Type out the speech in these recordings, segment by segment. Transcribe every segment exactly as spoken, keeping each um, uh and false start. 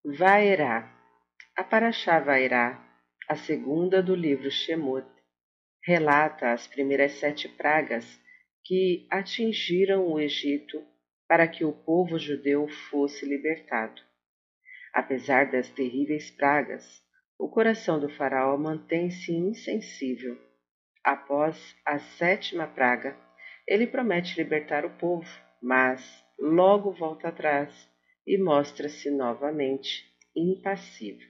Vaerá. A Paraxá Vaerá, a segunda do livro Shemot, relata as primeiras sete pragas que atingiram o Egito para que o povo judeu fosse libertado. Apesar das terríveis pragas, o coração do faraó mantém-se insensível. Após a sétima praga, ele promete libertar o povo, mas logo volta atrás e mostra-se novamente impassível.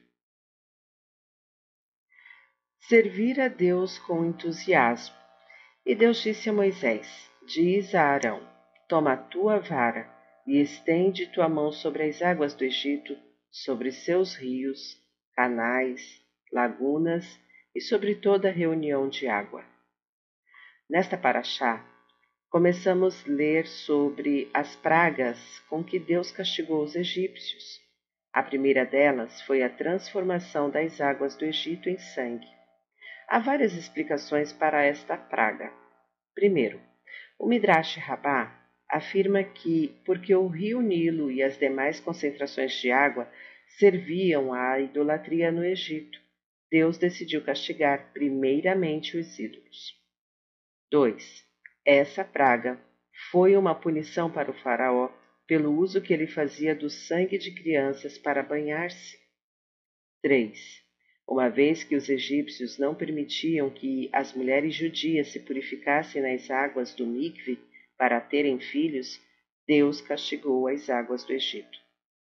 Servir a Deus com entusiasmo. E Deus disse a Moisés: Diz a Arão: Toma a tua vara e estende tua mão sobre as águas do Egito, sobre seus rios, canais, lagunas e sobre toda a reunião de água. Nesta paraxá, começamos a ler sobre as pragas com que Deus castigou os egípcios. A primeira delas foi a transformação das águas do Egito em sangue. Há várias explicações para esta praga. Primeiro, o Midrash Rabbah afirma que, porque o rio Nilo e as demais concentrações de água serviam à idolatria no Egito, Deus decidiu castigar primeiramente os ídolos. dois. Essa praga foi uma punição para o faraó pelo uso que ele fazia do sangue de crianças para banhar-se. três. Uma vez que os egípcios não permitiam que as mulheres judias se purificassem nas águas do Mikve para terem filhos, Deus castigou as águas do Egito.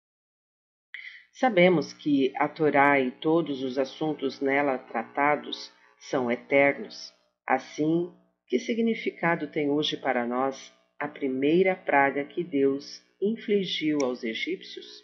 Sabemos que a Torá e todos os assuntos nela tratados são eternos. Assim, que significado tem hoje para nós a primeira praga que Deus infligiu aos egípcios?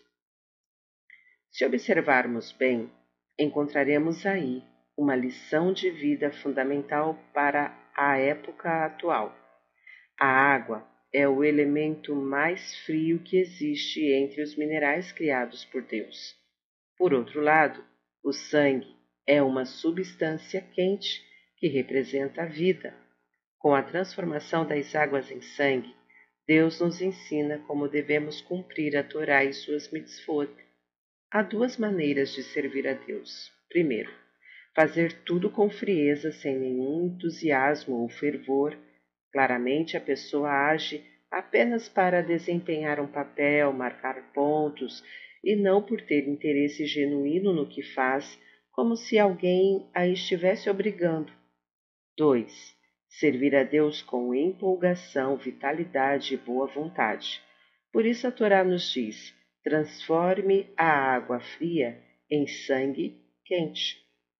Se observarmos bem, encontraremos aí uma lição de vida fundamental para a época atual. A água é o elemento mais frio que existe entre os minerais criados por Deus. Por outro lado, o sangue é uma substância quente que representa a vida. Com a transformação das águas em sangue, Deus nos ensina como devemos cumprir a Torá e suas mitzvot. Há duas maneiras de servir a Deus. Primeiro, fazer tudo com frieza, sem nenhum entusiasmo ou fervor. Claramente, a pessoa age apenas para desempenhar um papel, marcar pontos, e não por ter interesse genuíno no que faz, como se alguém a estivesse obrigando. dois. Servir a Deus com empolgação, vitalidade e boa vontade. Por isso a Torá nos diz: transforme a água fria em sangue quente.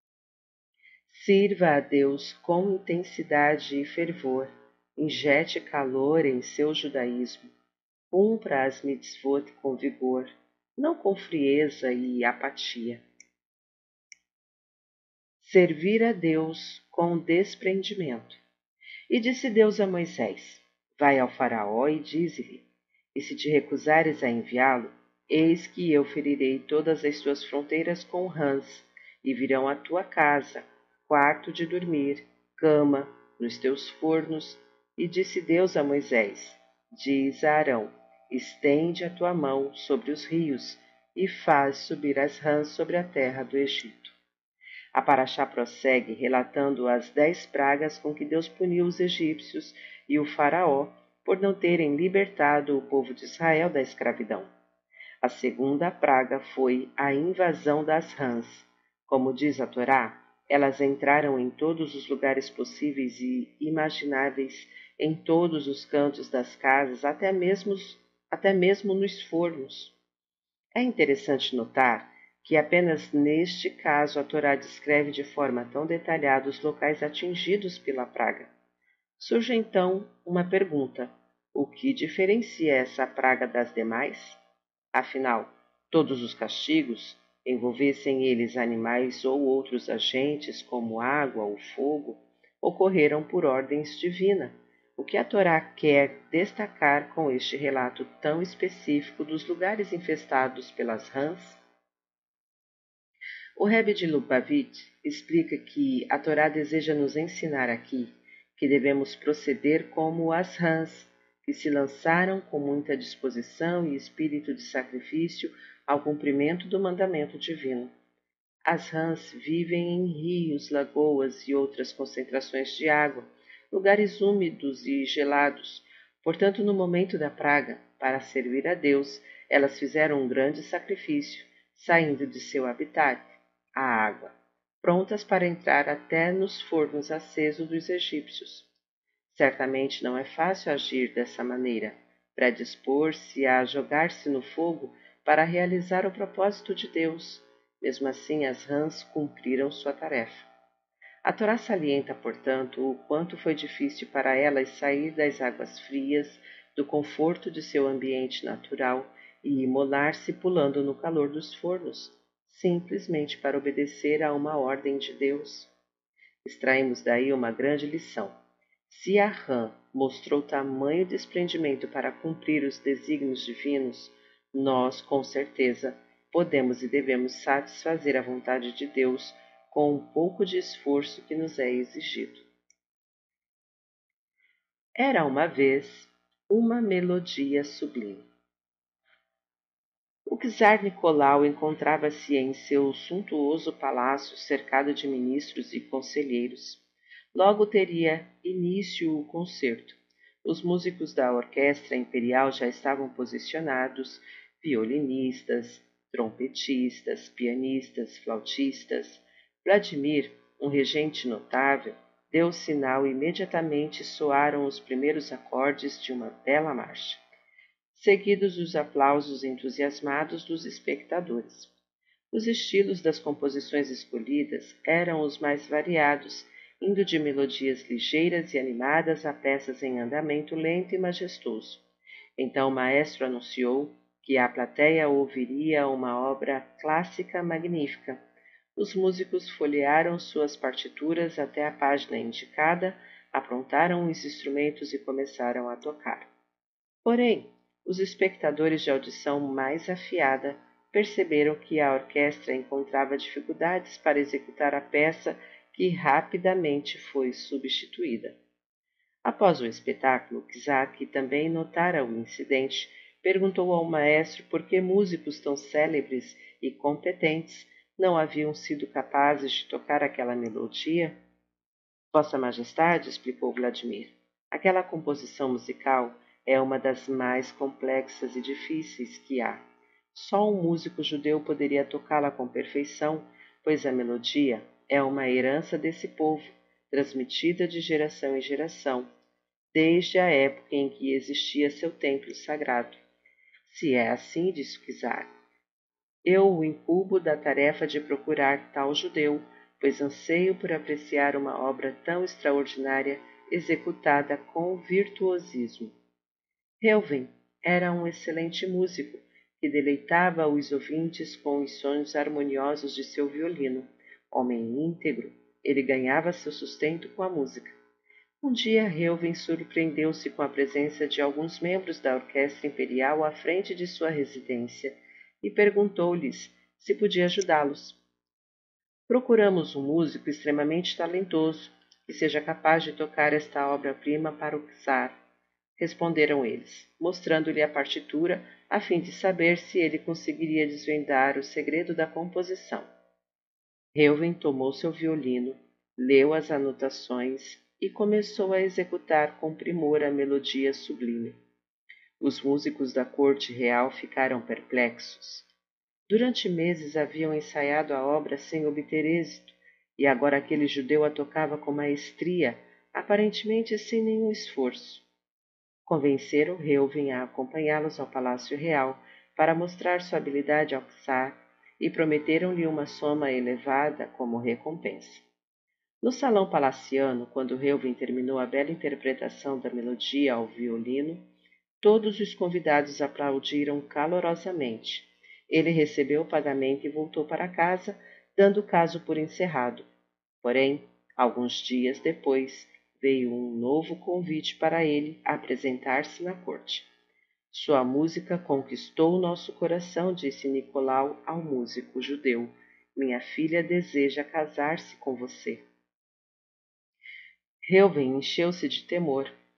Sirva a Deus com intensidade e fervor, injete calor em seu judaísmo, cumpra as mitzvot com vigor, não com frieza e apatia. Servir a Deus com desprendimento. E disse Deus a Moisés: Vai ao faraó e dize-lhe: E se te recusares a enviá-lo, eis que eu ferirei todas as tuas fronteiras com rãs, e virão à tua casa, quarto de dormir, cama, nos teus fornos. E disse Deus a Moisés: Diz a Arão: Estende a tua mão sobre os rios, e faz subir as rãs sobre a terra do Egito. A Paraxá prossegue relatando as dez pragas com que Deus puniu os egípcios e o faraó por não terem libertado o povo de Israel da escravidão. A segunda praga foi a invasão das rãs. Como diz a Torá, elas entraram em todos os lugares possíveis e imagináveis, em todos os cantos das casas, até mesmo, até mesmo nos fornos. É interessante notar que apenas neste caso a Torá descreve de forma tão detalhada os locais atingidos pela praga. Surge então uma pergunta: o que diferencia essa praga das demais? Afinal, todos os castigos, envolvessem eles animais ou outros agentes como água ou fogo, ocorreram por ordens divinas. O que a Torá quer destacar com este relato tão específico dos lugares infestados pelas rãs? O Rebbe de Lubavitch explica que a Torá deseja nos ensinar aqui que devemos proceder como as rãs, que se lançaram com muita disposição e espírito de sacrifício ao cumprimento do mandamento divino. As rãs vivem em rios, lagoas e outras concentrações de água, lugares úmidos e gelados. Portanto, no momento da praga, para servir a Deus, elas fizeram um grande sacrifício, saindo de seu habitat, a água, prontas para entrar até nos fornos acesos dos egípcios. Certamente não é fácil agir dessa maneira, predispor-se a jogar-se no fogo para realizar o propósito de Deus. Mesmo assim, as rãs cumpriram sua tarefa. A Torá salienta, portanto, o quanto foi difícil para elas sair das águas frias, do conforto de seu ambiente natural e imolar-se pulando no calor dos fornos, simplesmente para obedecer a uma ordem de Deus. Extraímos daí uma grande lição. Se a rã mostrou tamanho desprendimento para cumprir os desígnios divinos, nós, com certeza, podemos e devemos satisfazer a vontade de Deus com um pouco de esforço que nos é exigido. Era uma vez uma melodia sublime. O czar Nicolau encontrava-se em seu suntuoso palácio cercado de ministros e conselheiros. Logo teria início o concerto. Os músicos da orquestra imperial já estavam posicionados, violinistas, trompetistas, pianistas, flautistas. Vladimir, um regente notável, deu o sinal e imediatamente soaram os primeiros acordes de uma bela marcha, seguidos os aplausos entusiasmados dos espectadores. Os estilos das composições escolhidas eram os mais variados, indo de melodias ligeiras e animadas a peças em andamento lento e majestoso. Então o maestro anunciou que a plateia ouviria uma obra clássica magnífica. Os músicos folhearam suas partituras até a página indicada, aprontaram os instrumentos e começaram a tocar. Porém, os espectadores de audição mais afiada perceberam que a orquestra encontrava dificuldades para executar a peça, que rapidamente foi substituída. Após o espetáculo, Czar, que também notara o incidente, perguntou ao maestro por que músicos tão célebres e competentes não haviam sido capazes de tocar aquela melodia. Vossa Majestade, explicou Vladimir, aquela composição musical é uma das mais complexas e difíceis que há. Só um músico judeu poderia tocá-la com perfeição, pois a melodia é uma herança desse povo, transmitida de geração em geração, desde a época em que existia seu templo sagrado. Se é assim, disse Czar, eu o incumbo da tarefa de procurar tal judeu, pois anseio por apreciar uma obra tão extraordinária executada com virtuosismo. Helven era um excelente músico, que deleitava os ouvintes com os sons harmoniosos de seu violino. Homem íntegro, ele ganhava seu sustento com a música. Um dia, Helven surpreendeu-se com a presença de alguns membros da orquestra imperial à frente de sua residência e perguntou-lhes se podia ajudá-los. Procuramos um músico extremamente talentoso que seja capaz de tocar esta obra-prima para o czar, responderam eles, mostrando-lhe a partitura a fim de saber se ele conseguiria desvendar o segredo da composição. Helven tomou seu violino, leu as anotações e começou a executar com primor a melodia sublime. Os músicos da corte real ficaram perplexos. Durante meses haviam ensaiado a obra sem obter êxito, e agora aquele judeu a tocava com maestria, aparentemente sem nenhum esforço. Convenceram Helven a acompanhá-los ao Palácio Real para mostrar sua habilidade ao czar e prometeram-lhe uma soma elevada como recompensa. No salão palaciano, quando Helven terminou a bela interpretação da melodia ao violino, todos os convidados aplaudiram calorosamente. Ele recebeu o pagamento e voltou para casa, dando o caso por encerrado. Porém, alguns dias depois, veio um novo convite para ele apresentar-se na corte. Sua música conquistou nosso coração, disse Nicolau ao músico judeu. Minha filha deseja casar-se com você. Helven encheu-se de temor.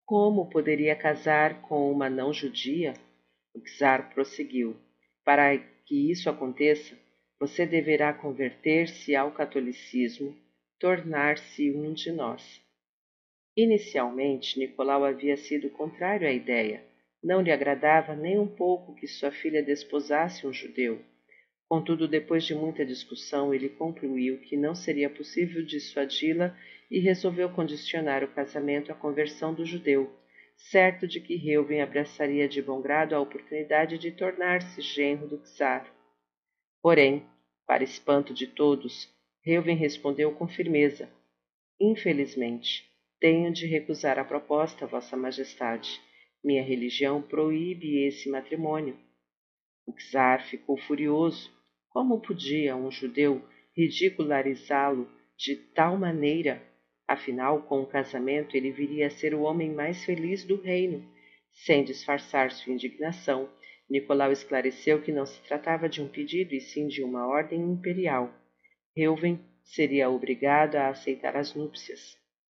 Como poderia casar com uma não-judia? O czar prosseguiu. Para que isso aconteça, você deverá converter-se ao catolicismo, tornar-se um de nós. Inicialmente, Nicolau havia sido contrário à ideia. Não lhe agradava nem um pouco que sua filha desposasse um judeu. Contudo, depois de muita discussão, ele concluiu que não seria possível dissuadi-la e resolveu condicionar o casamento à conversão do judeu, certo de que Reuven abraçaria de bom grado a oportunidade de tornar-se genro do czar. Porém, para espanto de todos, Reuven respondeu com firmeza: Infelizmente, tenho de recusar a proposta, Vossa Majestade. Minha religião proíbe esse matrimônio. O czar ficou furioso. Como podia um judeu ridicularizá-lo de tal maneira? Afinal, com o casamento, ele viria a ser o homem mais feliz do reino. Sem disfarçar sua indignação, Nicolau esclareceu que não se tratava de um pedido e sim de uma ordem imperial. Reuven seria obrigado a aceitar as núpcias.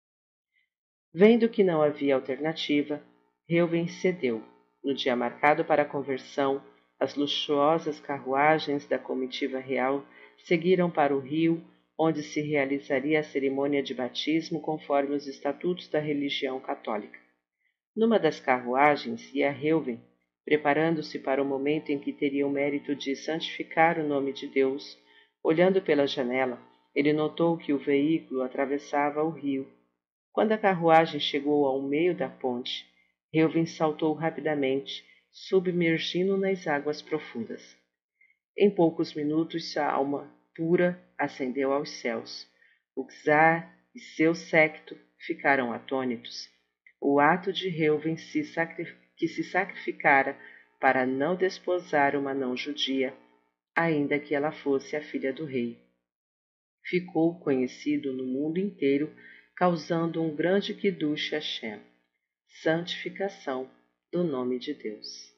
Vendo que não havia alternativa, Reuven cedeu. No dia marcado para a conversão, as luxuosas carruagens da comitiva real seguiram para o rio, onde se realizaria a cerimônia de batismo conforme os estatutos da religião católica. Numa das carruagens ia Reuven, preparando-se para o momento em que teria o mérito de santificar o nome de Deus. Olhando pela janela, ele notou que o veículo atravessava o rio. Quando a carruagem chegou ao meio da ponte, Reuven saltou rapidamente, submergindo nas águas profundas. Em poucos minutos, sua alma pura ascendeu aos céus. O czar e seu séquito ficaram atônitos. O ato de Reuven se que se sacrificara para não desposar uma não-judia, ainda que ela fosse a filha do rei. Ficou conhecido no mundo inteiro, causando um grande Kiddush Hashem, santificação do nome de Deus.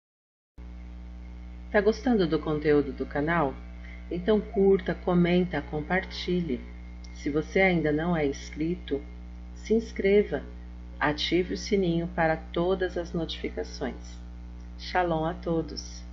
Tá gostando do conteúdo do canal? Então curta, comenta, compartilhe. Se você ainda não é inscrito, se inscreva, ative o sininho para todas as notificações. Shalom a todos!